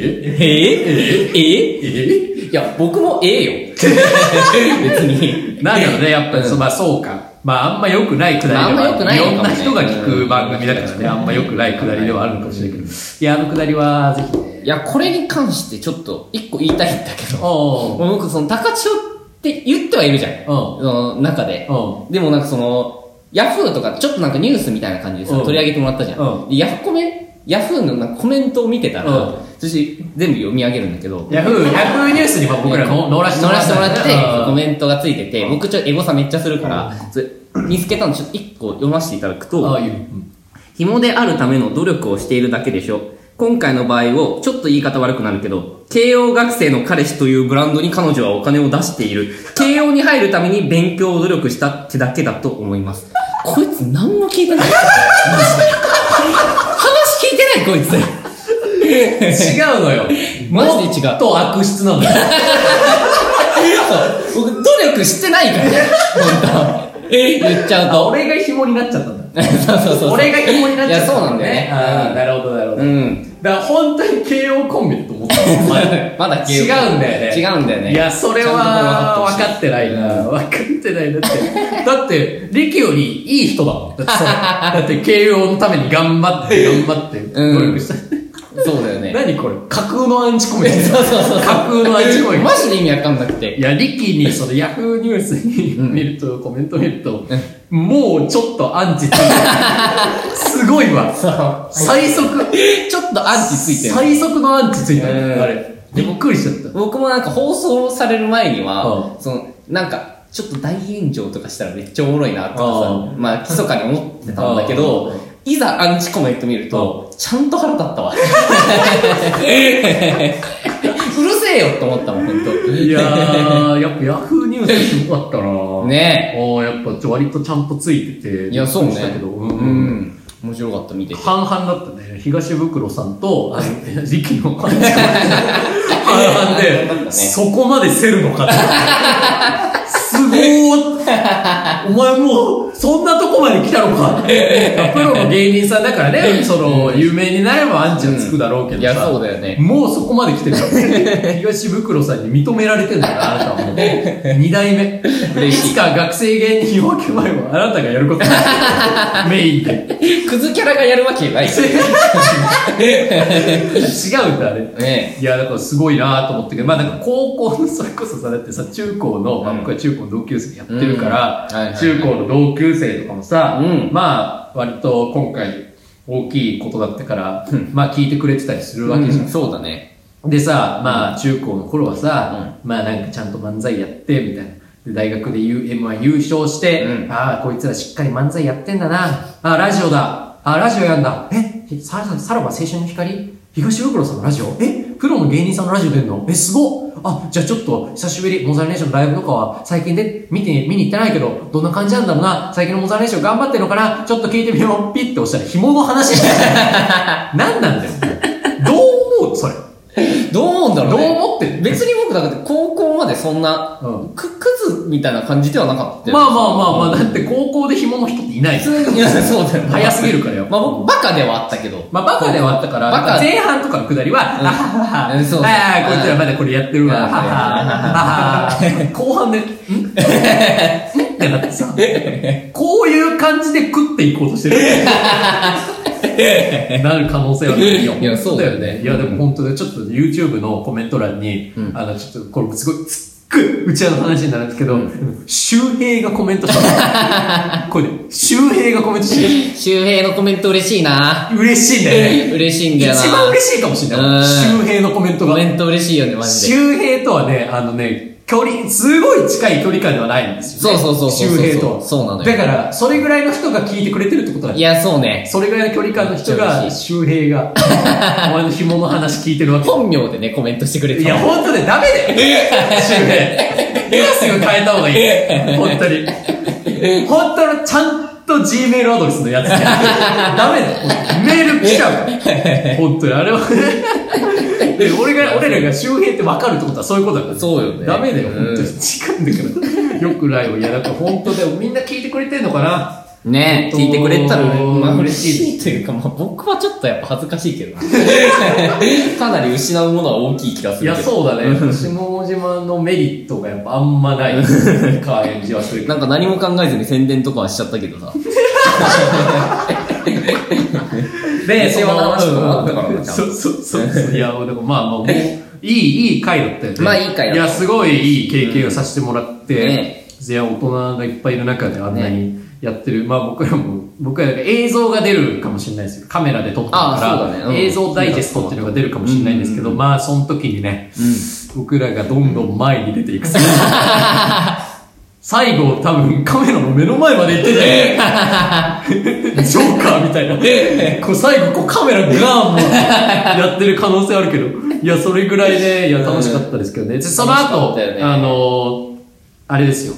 いや、僕もよ。別に。 なんだろうね、やっぱり、まあそうか。まああんま良くないくだりでは、いろんな人が聞く番組だからね、あんま良くないくだりではあるのかもしれないけど。いや、あのくだりはぜひね。 いや、これに関してちょっと一個言いたいんだけど、僕高千穂って言ってはいるじゃん。その中で。でもヤフーとかちょっとなんかニュースみたいな感じでさ、取り上げてもらったじゃん。ヤフーのなんかコメントを見てたら、私全部読み上げるんだけど、 ヤフーニュースに僕ら乗らせてもらって、 コメントがついてて、僕ちょっとエゴサめっちゃするから、見つけたのちょっと一個読ませていただくと、紐であるための努力をしているだけでしょ。今回の場合を、ちょっと言い方悪くなるけど、慶応学生の彼氏というブランドに彼女はお金を出している。慶応に入るために勉強を努力したってだけだと思います。こいつ何も聞いてない。話聞いてないこいつ。 違うのよ。 マジで違う。 もっと悪質なのよ。 僕努力してないからね。本当。言っちゃうと。 俺が紐になっちゃったんだ。 そう。 俺が紐になっちゃった。 いや、そうなんだよね。 なるほど。だから本当に慶応コンビだと思った。 まだ慶応。 違うんだよね。 違うんだよね。 いや、それは分かってないな。分かってない。だって、力よりいい人だもん。だって慶応のために頑張って努力した。 そうだよね。 何これ架空のアンチコメント。 そう。 架空のアンチコメント。 マジで意味わかんなくて。 いや、リキにヤフーニュースに見ると、コメント見ると、もうちょっとアンチついてる。すごいわ。最速。 ちょっとアンチついてる。 最速のアンチついてる。あれ。びっくりしちゃった。 僕もなんか放送される前には、なんか、ちょっと大炎上とかしたらめっちゃおもろいなとかさ、まあ、密かに思ってたんだけど、いざアンチコメント見ると、ちゃんと腹立ったわ。うるせえよって思ったもん、ほんと。 いやー、やっぱヤフーニュースすごかったなねえ。やっぱ割とちゃんとついてて。 いや、そうね。 面白かった、見てて。 半々だったね。東袋さんと、力の半々で、そこまで競るのかって。すごーお前もう、そんなとこまで来たのか。プロの芸人さんだからね、有名になればアンチはつくだろうけどさ。 いや、そうだよね。 もうそこまで来てるから。東袋さんに認められてるんだから、あなたはもう。二代目。いつか学生芸人夜明け前はあなたがやることだ。メインで。 クズキャラがやるわけない。違うんだ、あれ。ね、いや、だからすごいなと思ってけど、まあなんか高校の、それこそさ、だってさ、中高の、僕は中高の同級生やってるから、中高の同級生とかもさ、まあ、割と今回大きいことだったから、まあ聞いてくれてたりするわけじゃん。 そうだね。 でさ、まあ中高の頃はさ、まあなんかちゃんと漫才やって、みたいな。で大学で M1 優勝して、ああ、こいつらしっかり漫才やってんだな。ああ、ラジオだ。ああ、ラジオやんだ。さらば青春の光東袋さんのラジオプロの芸人さんのラジオ出んのすごっ。あ、じゃあちょっと久しぶり、モザイネーションのライブとかは最近で見に行ってないけど、どんな感じなんだろうな。最近のモザイネーション頑張ってるのかな。ちょっと聞いてみよう。ピッて押したら紐の話して何なんだよ。どう思うそれ。 どう思うんだろうね。 どう思ってる別に僕だって高校までそんな、クズみたいな感じではなかった。 まあ、だって高校で紐の人っていない。 普通に、いや、そうだよ。 早すぎるからよ。 まあ僕、バカではあったけど。 まあバカではあったから、前半とかのくだりは、あははは、そうこいつらまだこれやってるわ、ははは、後半で、ってなってさ、こういう感じで食っていこうとしてる。なる可能性はあるよ。いや、そうだよね。いや、でも本当で、ちょっと YouTube のコメント欄に、ちょっと、これすごい、うちわの話になるんですけど、周平がコメントした。これ、周平がコメントしてる。 周平のコメント嬉しいな。 嬉しいんだよね。 嬉しいんだよな。 一番嬉しいかもしれない。周平のコメントが。 コメント嬉しいよね、マジで。 周平とはね、距離、すごい近い距離感ではないんですよね。そう。周平とは。 そうなのよ。 だから、それぐらいの人が聞いてくれてるってことだ。 いや、そうね。 それぐらいの距離感の人が、周平が、お前の紐の話聞いてるわけ。 本名でね、コメントしてくれていや、本当でダメだよ。周平。今すぐ変えた方がいい。本当に。本当のちゃんと Gmail アドレスのやつじゃダメだよ。メール来ちゃうから。本当に、あれはで、俺らが周平って分かるってことはそういうことだから。 そうよね。 ダメだよ、本当に。違うんだから。よくないよ。いや、だから本当でもみんな聞いてくれてんのかな。 ねえ、聞いてくれたら、まあ嬉しいというか、まあ僕はちょっとやっぱ恥ずかしいけど。かなり失うものは大きい気がする。 いや、そうだね。下島のメリットがやっぱあんまない感じはする。 なんか何も考えずに宣伝とかはしちゃったけどさ。 で、 その話とかもあったからな、 そう。いや、でもまあもう、いい回だったよね。 まあいい回だった。 いや、すごいいい経験をさせてもらって、いや、大人がいっぱいいる中であんなにやってる。まあ僕ら映像が出るかもしれないですよ。カメラで撮ったから、映像ダイジェストっていうのが出るかもしれないんですけど、まあその時にね、僕らがどんどん前に出ていく。最後多分カメラの目の前まで行ってて、ジョーカーみたいな。こう最後こうカメラガーンもやってる可能性あるけど、いや、それぐらいで、いや、楽しかったですけどね。で、その後、あれですよ。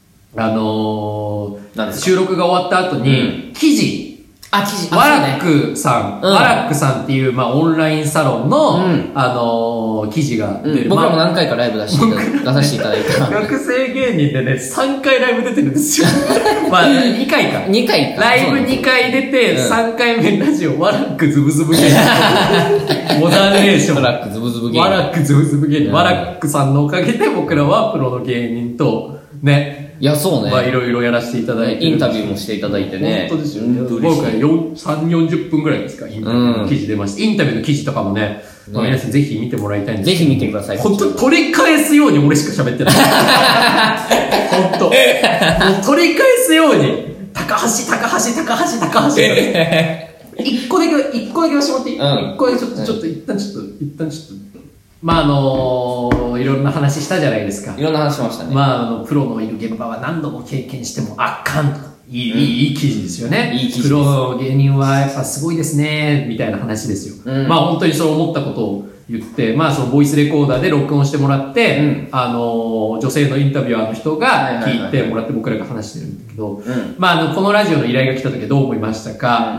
収録が終わった後に、記事。ワラックさんっていう、まあ、オンラインサロンの、記事が出る。 僕らも何回かライブ出させていただいた。 学生芸人でね、3回ライブ出てるんですよ。まあ、2回か。 2回か。 ライブ2回出て、3回目ラジオ、ワラックズブズブ芸人。モダンレーション。 ワラックズブズブ芸人。 ワラックズブズブ芸人。ワラックさんのおかげで僕らはプロの芸人と、ね。 いや、そうね。 まあ、いろいろやらせていただいて。 インタビューもしていただいてね。 本当ですよね。僕は3、40分ぐらいですか、インタビューの記事出ました。インタビューの記事とかもね、皆さんぜひ見てもらいたいんですぜひ見てください。 本当取り返すように俺しか喋ってない。本当。もう取り返すように、高橋。一個だけはしてもらっていい？一個だけちょっと、一旦ちょっと、まあいろんな話したじゃないですか。 いろんな話しましたね。 まあプロのいる現場は何度も経験してもあかんとか。いい記事ですよね。いい記事です。プロの芸人はやっぱすごいですね、みたいな話ですよ。まあ本当にそう思ったことを言って、まあそのボイスレコーダーで録音してもらって、女性のインタビュアーの人が聞いてもらって僕らが話してるんだけど、まあこのラジオの依頼が来た時はどう思いましたか？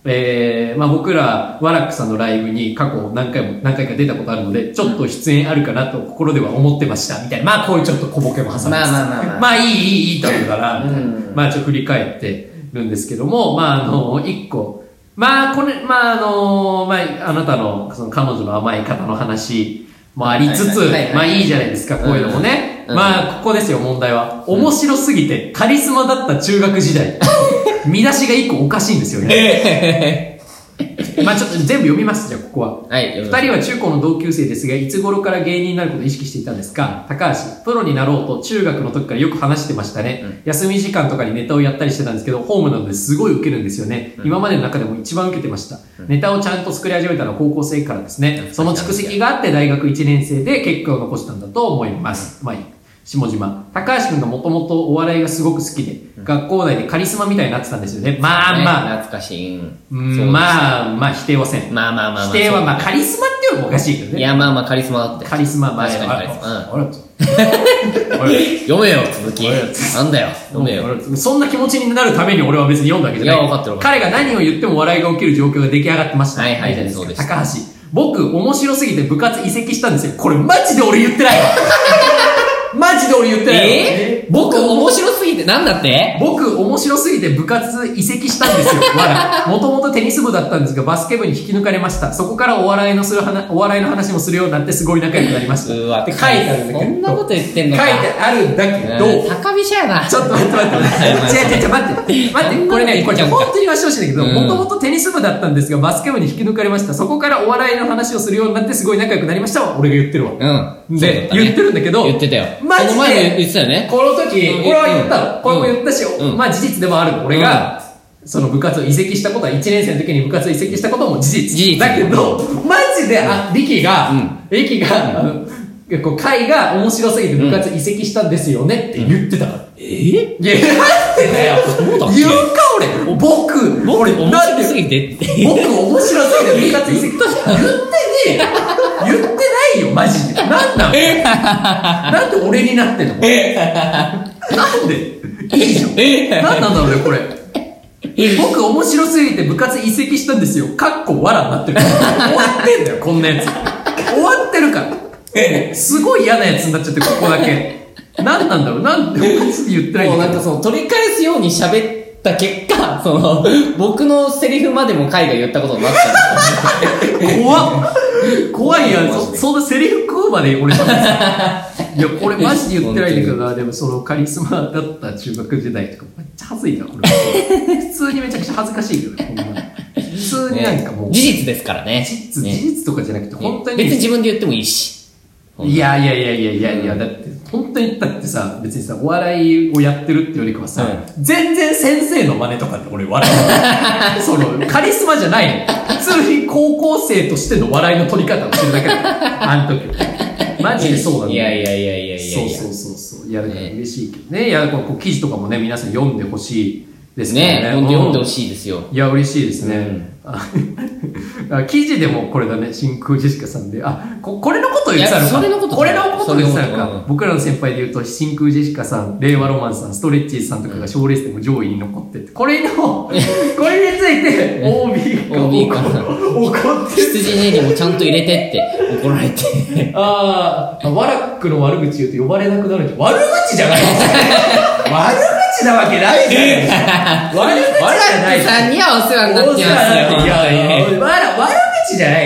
僕ら、ワラックさんのライブに過去何回か出たことあるので、ちょっと出演あるかなと心では思ってました、みたいな。こういうちょっと小ボケも挟んでいいというから、ちょっと振り返ってるんですけども、一個、あなたの、その彼女の甘い方の話もありつつ、いいじゃないですか、こういうのもね。ここですよ、問題は。面白すぎて、カリスマだった中学時代。見出しが一個おかしいんですよね。ちょっと全部読みます、じゃあ、ここは。二人は中高の同級生ですが、いつ頃から芸人になることを意識していたんですか？高橋、プロになろうと中学の時からよく話してましたね。休み時間とかにネタをやったりしてたんですけど、ホームなのですごい受けるんですよね。今までの中でも一番受けてました。ネタをちゃんと作り始めたのは高校生からですね。その蓄積があって大学1年生で結果を残したんだと思います。下島。高橋くんがもともとお笑いがすごく好きで、学校内でカリスマみたいになってたんですよね。 懐かしい。 否定はせん。否定はカリスマっていうのもおかしいけどね。 いや、カリスマだって。 カリスマ、 確かにカリスマ。読めよ、続き。なんだよ、読めよ。 そんな気持ちになるために俺は別に読んだわけじゃない。 いや、分かってる。 彼が何を言っても笑いが起きる状況が出来上がってました。 そうです。 高橋。僕、面白すぎて部活移籍したんですよ。これマジで俺言ってないわ。マジで俺言ってないわ。 僕面白すぎて、なんだって？ 僕面白すぎて部活移籍したんですよ。もともとテニス部だったんですが、バスケ部に引き抜かれました。そこからお笑いの話もするようになってすごい仲良くなりました。って書いてあるんだけど。 そんなこと言ってんのか。 書いてあるんだけど。 高飛車やな。 ちょっと待って。待って、これ本当にはしてほしいんだけど、もともとテニス部だったんですが、バスケ部に引き抜かれました。そこからお笑いの話をするようになってすごい仲良くなりましたわ。俺が言ってるわ。で、言ってるんだけど。 言ってたよ。 マジで。 この前も言ってたよね。 この時、俺は言ったの。これも言ったし、事実でもある。俺が、その部活を移籍したことは、1年生の時に部活を移籍したことも事実。だけど、マジで、リキが、会が面白すぎて部活移籍したんですよねって言ってたから。いや、なんでだよ。言うか俺。僕面白すぎてって。 僕面白すぎて部活移籍言ってねえ。言ってないよ、マジで。なんで俺になってんの？なんでいいじゃん。なんなんだろうね、これ。僕面白すぎて部活移籍したんですよ。かっこわらになってる。終わってんだよ、こんなやつ。終わってるから。すごい嫌なやつになっちゃって、ここだけ。なんなんだろう、なんで言ってないんだけど。 取り返すように喋った結果、僕のセリフまでも海が言ったことになったんですよ。怖いやん。そんなセリフ食うまで俺いや、これマジで言ってないんだけどな。でもカリスマだった中学時代とかめっちゃ恥ずいな、これ。普通にめちゃくちゃ恥ずかしいけどね。普通になんかもう。 事実ですからね。 事実とかじゃなくて、本当に。 別に自分で言ってもいいし。 いや、だって、本当にだってさ、別にさ、お笑いをやってるってよりかはさ、全然先生の真似とかで俺笑い。カリスマじゃないの。普通に高校生としての笑いの取り方をしてるだけだよ。あの時。マジでそうなんだよ。 いや。 そう。いや、だから嬉しいけどね。いや、記事とかもね、皆さん読んでほしいですね。 読んでほしいですよ。 いや、嬉しいですね。記事でもこれだね、真空ジェシカさんで。これのこと言ってたのか。これのこと言ってたのか。僕らの先輩で言うと、真空ジェシカさん、令和ロマンスさん、ストレッチーズさんとかが賞レースでも上位に残ってて、これについて、OB が怒って羊ネギもちゃんと入れてって怒られて。 ワラックの悪口言うと呼ばれなくなるんじゃ、悪口じゃない悪口なわけないじゃん。悪口じゃない。 さんにはお世話になってますよ。 いや、悪口じゃない。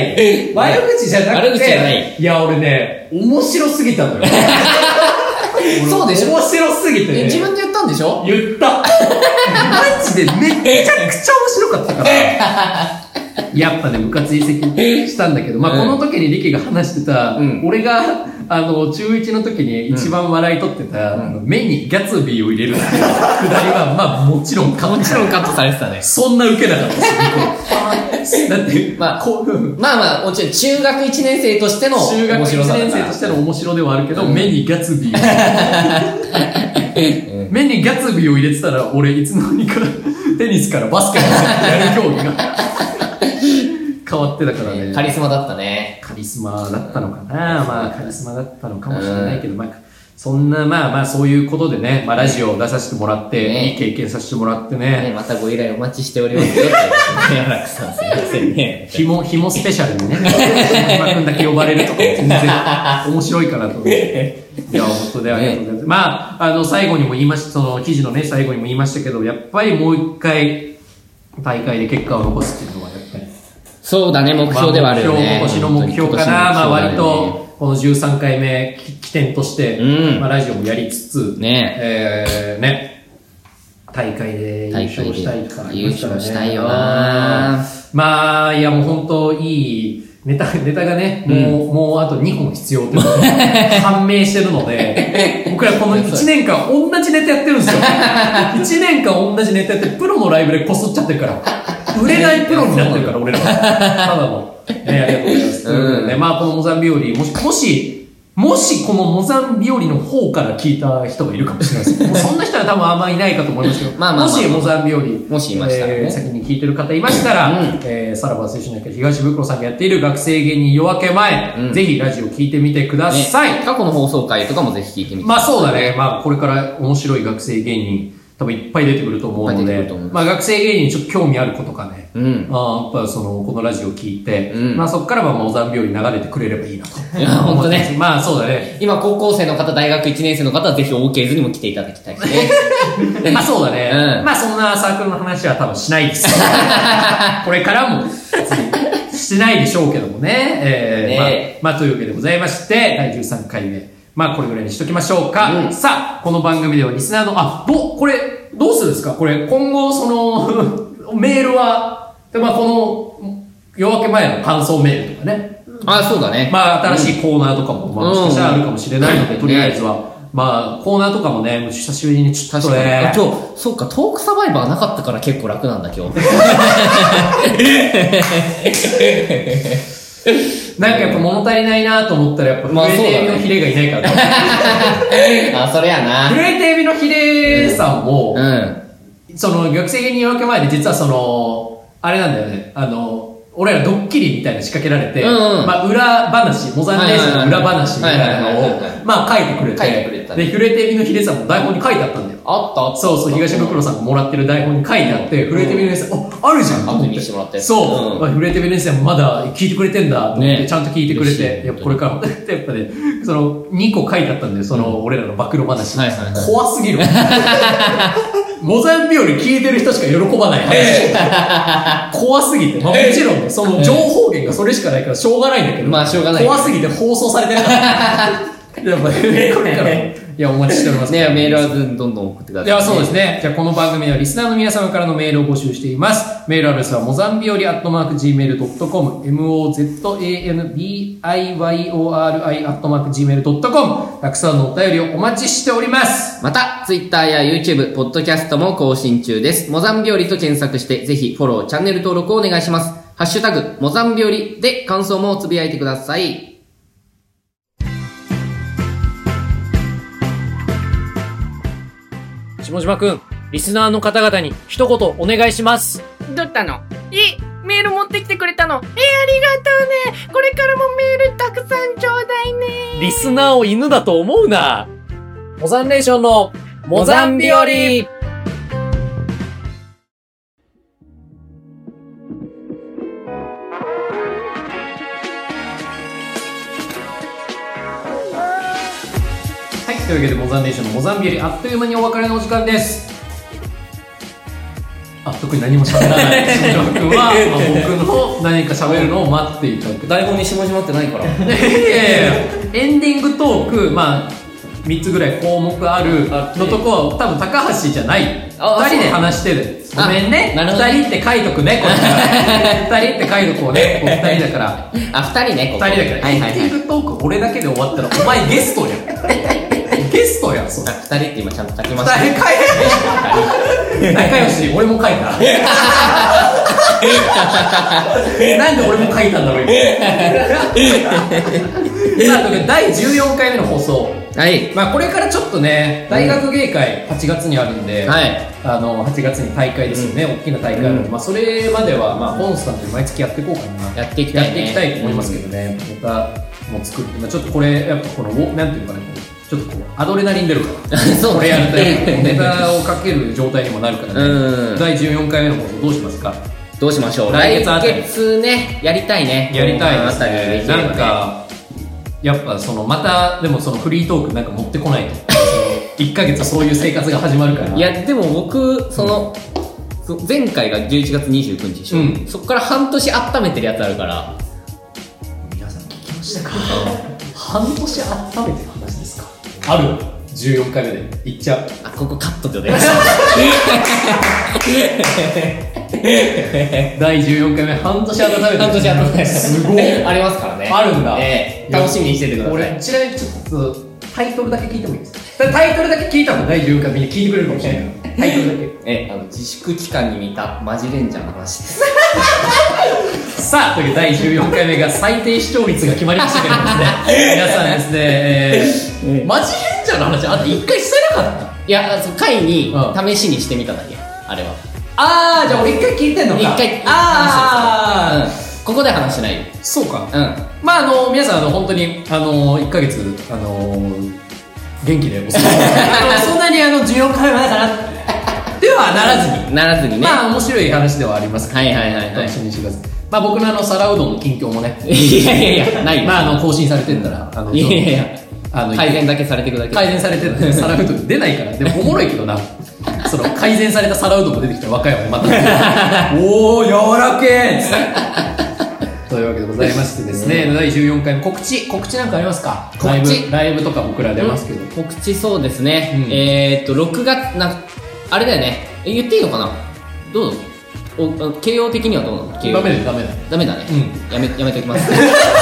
悪口じゃなくて。いや、俺ね、面白すぎたのよ。 そうでしょ？ 面白すぎてね。 自分で言ったんでしょ？ 言った。マジでめちゃくちゃ面白かったから。やっぱね、部活移籍したんだけど、この時にリキが話してた、俺が、中1の時に一番笑い取ってた、目にギャツビーを入れるっていうくだりは、もちろんカットされてたね。 そんな受けなかったですだって、 もちろん中学1年生としての面白さ。 中学1年生としての面白ではあるけど、目にギャツビー目にギャツビーを入れてたら、俺いつの間にかテニスからバスケまでやる競技が変わってたからね。 カリスマだったね。 カリスマだったのかな。カリスマだったのかもしれないけど、 そんな、まあまあ、そういうことでね、まあ、ラジオを出させてもらって、いい経験させてもらってね。 またご依頼お待ちしておりますよ。山中さん、すいませんね。 ひもスペシャルにね、島君だけ呼ばれるとかも全然面白いかなと思って。いや、本当でありがとうございます。まあ、最後にも言いました、その記事のね、最後にも言いましたけど、やっぱりもう一回、大会で結果を残すっていうのは、やっぱり。 そうだね、目標ではあるよね。 今年の目標かな。まあ、割と、この13回目起点として、まあ、ラジオもやりつつ、大会で優勝したいから、 優勝したいよな。 まあ、いやもう本当いいネタがね、もうあと2本必要ってことが判明してるので、僕らこの1年間同じネタやってるんですよ。1年間同じネタやって、プロのライブでこすっちゃってるから、売れないプロになってるから、俺らは。ただの。ありがとうございます。まあ、このモザンビオリ、もしこのモザンビオリの方から聞いた人がいるかもしれないです。もうそんな人は多分あんまいないかと思いますけど、もしモザンビオリ、 もしいましたらね、 先に聞いてる方いましたら、さらば青春の光東袋さんがやっている学生芸人夜明け前、ぜひラジオ聞いてみてください。 過去の放送回とかもぜひ聞いてみてください。 まあそうだね。まあこれから面白い学生芸人、多分いっぱい出てくると思うので、まあ学生芸人にちょっと興味ある子とかね、やっぱこのラジオ聞いて、まあそっからはモザンビオリ流れてくれればいいなと。 いや、ほんとね。 まあそうだね。 今高校生の方、大学1年生の方はぜひ OK 図にも来ていただきたいですね。 まあそうだね。まあそんなサークルの話は多分しないです。これからもしないでしょうけどもね。まあというわけでございまして、第13回目。まあこれぐらいにしときましょうか。さあ、この番組ではリスナーの、これ、どうするんですかこれ、今後メールは、まあこの、夜明け前の感想メールとかね。 そうだね。 まあ新しいコーナーとかも、もしかしたらあるかもしれないので、とりあえずは、まあコーナーとかもね、久しぶりにちょっとね。 今日、そうか、トークサバイバーなかったから結構楽なんだ、今日。 なんかやっぱ物足りないなと思ったらやっぱフレテエビのヒレがいないからそれやな。 フレテエビのヒレさんも、その学生芸人夜明け前で実はあれなんだよね、俺らドッキリみたいな仕掛けられて、まあ裏話、モザンレースの裏話みたいなのを、まあ書いてくれて、で、フレテエビのヒレさんも台本に書いてあったんだよ。そう、東袋さんがもらってる台本に書いてあって、フレテビレンさん、あるじゃんと思って。そう、フレテビレンさんもまだ聞いてくれてんだと思って、ちゃんと聞いてくれて、やっぱこれから、やっぱね、2個書いてあったんだよ、俺らの暴露話。怖すぎる。モザンビオリ聞いてる人しか喜ばない話。怖すぎて。まあもちろんね、その情報源がそれしかないからしょうがないんだけど、 まあしょうがない。 怖すぎて放送されてなかった。やっぱこれから、いや、お待ちしております。 ね、メールはどんどん送ってください。 いや、そうですね。じゃあ、この番組ではリスナーの皆様からのメールを募集しています。メールアドレスは、モザンビオリ@gmail.com、mozanbiori@gmail.com、たくさんのお便りをお待ちしております。 また、Twitter や YouTube、ポッドキャストも更新中です。モザンビオリと検索して、ぜひフォロー、チャンネル登録をお願いします。ハッシュタグ、モザンビオリで感想もつぶやいてください。 下島くん、リスナーの方々に一言お願いします。 どうったの？メール持ってきてくれたの？ありがとうね。これからもメールたくさんちょうだいね。 リスナーを犬だと思うな。モザンレーションのモザンビオリ。 というわけで、モザンレーションのモザンビオリ、あっという間にお別れのお時間です。特に何も喋らない下島君は、僕の何か喋るのを待っていただく。 台本に下島ってないから。 エンディングトーク、3つぐらい項目あるのとこは多分高橋じゃない。2人で話してる。ごめんね。2人って書いとくね、これから。2人って書いとこうね。2人だから。 2人ね、 2人だから。エンディングトーク俺だけで終わったら、お前ゲストやん。ゲストやん、それ。 2人って今ちゃんと書きました。 2人書いて仲良し、俺も書いた。なんで俺も書いたんだろう、今。さあ、というわけで第14回目の放送。 はい。 これからちょっとね、大学芸会8月にあるんで、8月に大会ですよね、大きな大会なので、それまでは、コンスタントに毎月やっていこうかな。 やっていきたいね。 やっていきたいと思いますけどね、ネタも作って、ちょっとこれ、やっぱなんていうかね、 ちょっとこうアドレナリン出るからそうこれやるとネタをかける状態にもなるからね、第14回目の放送どうしますか？ どうしましょう。 来月あたりね、やりたいね。 やりたいですね。 ななんかやっぱまたでもそのフリートークなんか持ってこないと1ヶ月そういう生活が始まるから。 いやでも僕前回が11月29日でしょ、そっから半年温めてるやつあるから。 皆さん聞きましたか？半年温めてる話ですか？ある14回目で言っちゃう。 あ、ここカットでお願いし第14回目半年温めてる。 半年温めてる。 すごいありますからね。 あるんだ。 楽しみにしててください。 俺ちなみにちょっとタイトルだけ聞いてもいいですか？タイトルだけ聞いたの第14回みんな聞いてくれるかもしれない。タイトルだけ。 自粛期間に見たマジレンジャーの話です。 さあ、という第14回目が最低視聴率が決まりましたけどですね。皆さんですね、マジレンジャーの話あんた一回してなかった？ いや、回に試しにしてみただけ、あれは。 あー、じゃあ俺一回聞いてんのか。 一回あー、 ここで話しないよ。 そうか。まあ皆さん本当に1ヶ月元気でお過ごしそんなに14回目だからではならずにまあ面白い話ではありますけど、楽しみにしてください。まあ僕の皿うどんの近況もね、 いやない。 まあ更新されてんだらいや改善だけされていくだけ。 改善されてる皿うどん出ないから。でもおもろいけどな。その改善された皿うどんも出てきたら和歌山でまたおー柔らけーっつってというわけでございましてですね、第14回の告知なんかありますか？ライブとか僕ら出ますけど、 告知そうですね、6月あれだよね、言っていいのかな？どう？慶応的にはどうなの？ ダメだね、 やめておきます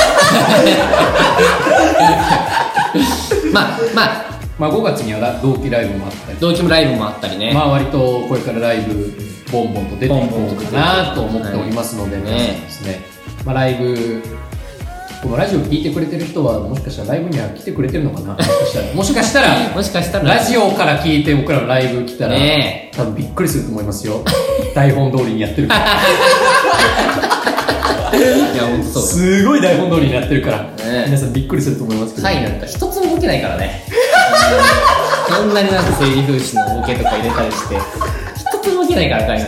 まあ 5月には同期ライブもあったりね。まあ割とこれからライブボンボンと出ていこうかなと思っておりますので、皆さんですね、まあライブ、このラジオ聞いてくれてる人はもしかしたらライブには来てくれてるのかな。もしかしたらラジオから聞いて僕らのライブ来たら、多分びっくりすると思いますよ。台本通りにやってるからいや本当そうすごい台本通りにやってるから、皆さんびっくりすると思いますけど、 なんか一つもボケないからねそんなになんか生理風刺のボケとか入れたりして一つもボケないからね。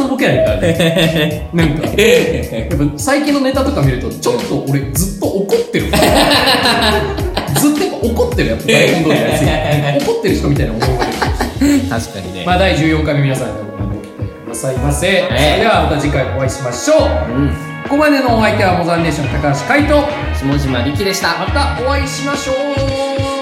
なんかやっぱ最近のネタとか見るとちょっと俺ずっと怒ってるずっとやっぱ怒ってる、やっぱ台本通りのやつ怒ってる人みたいな思いが出る。 確かにね。 まあ第14回目皆さんご期待くださいませ。それではまた次回お会いしましょう。ここまでのお相手はモザンネーション高橋海人、 下島力でした。 またお会いしましょう。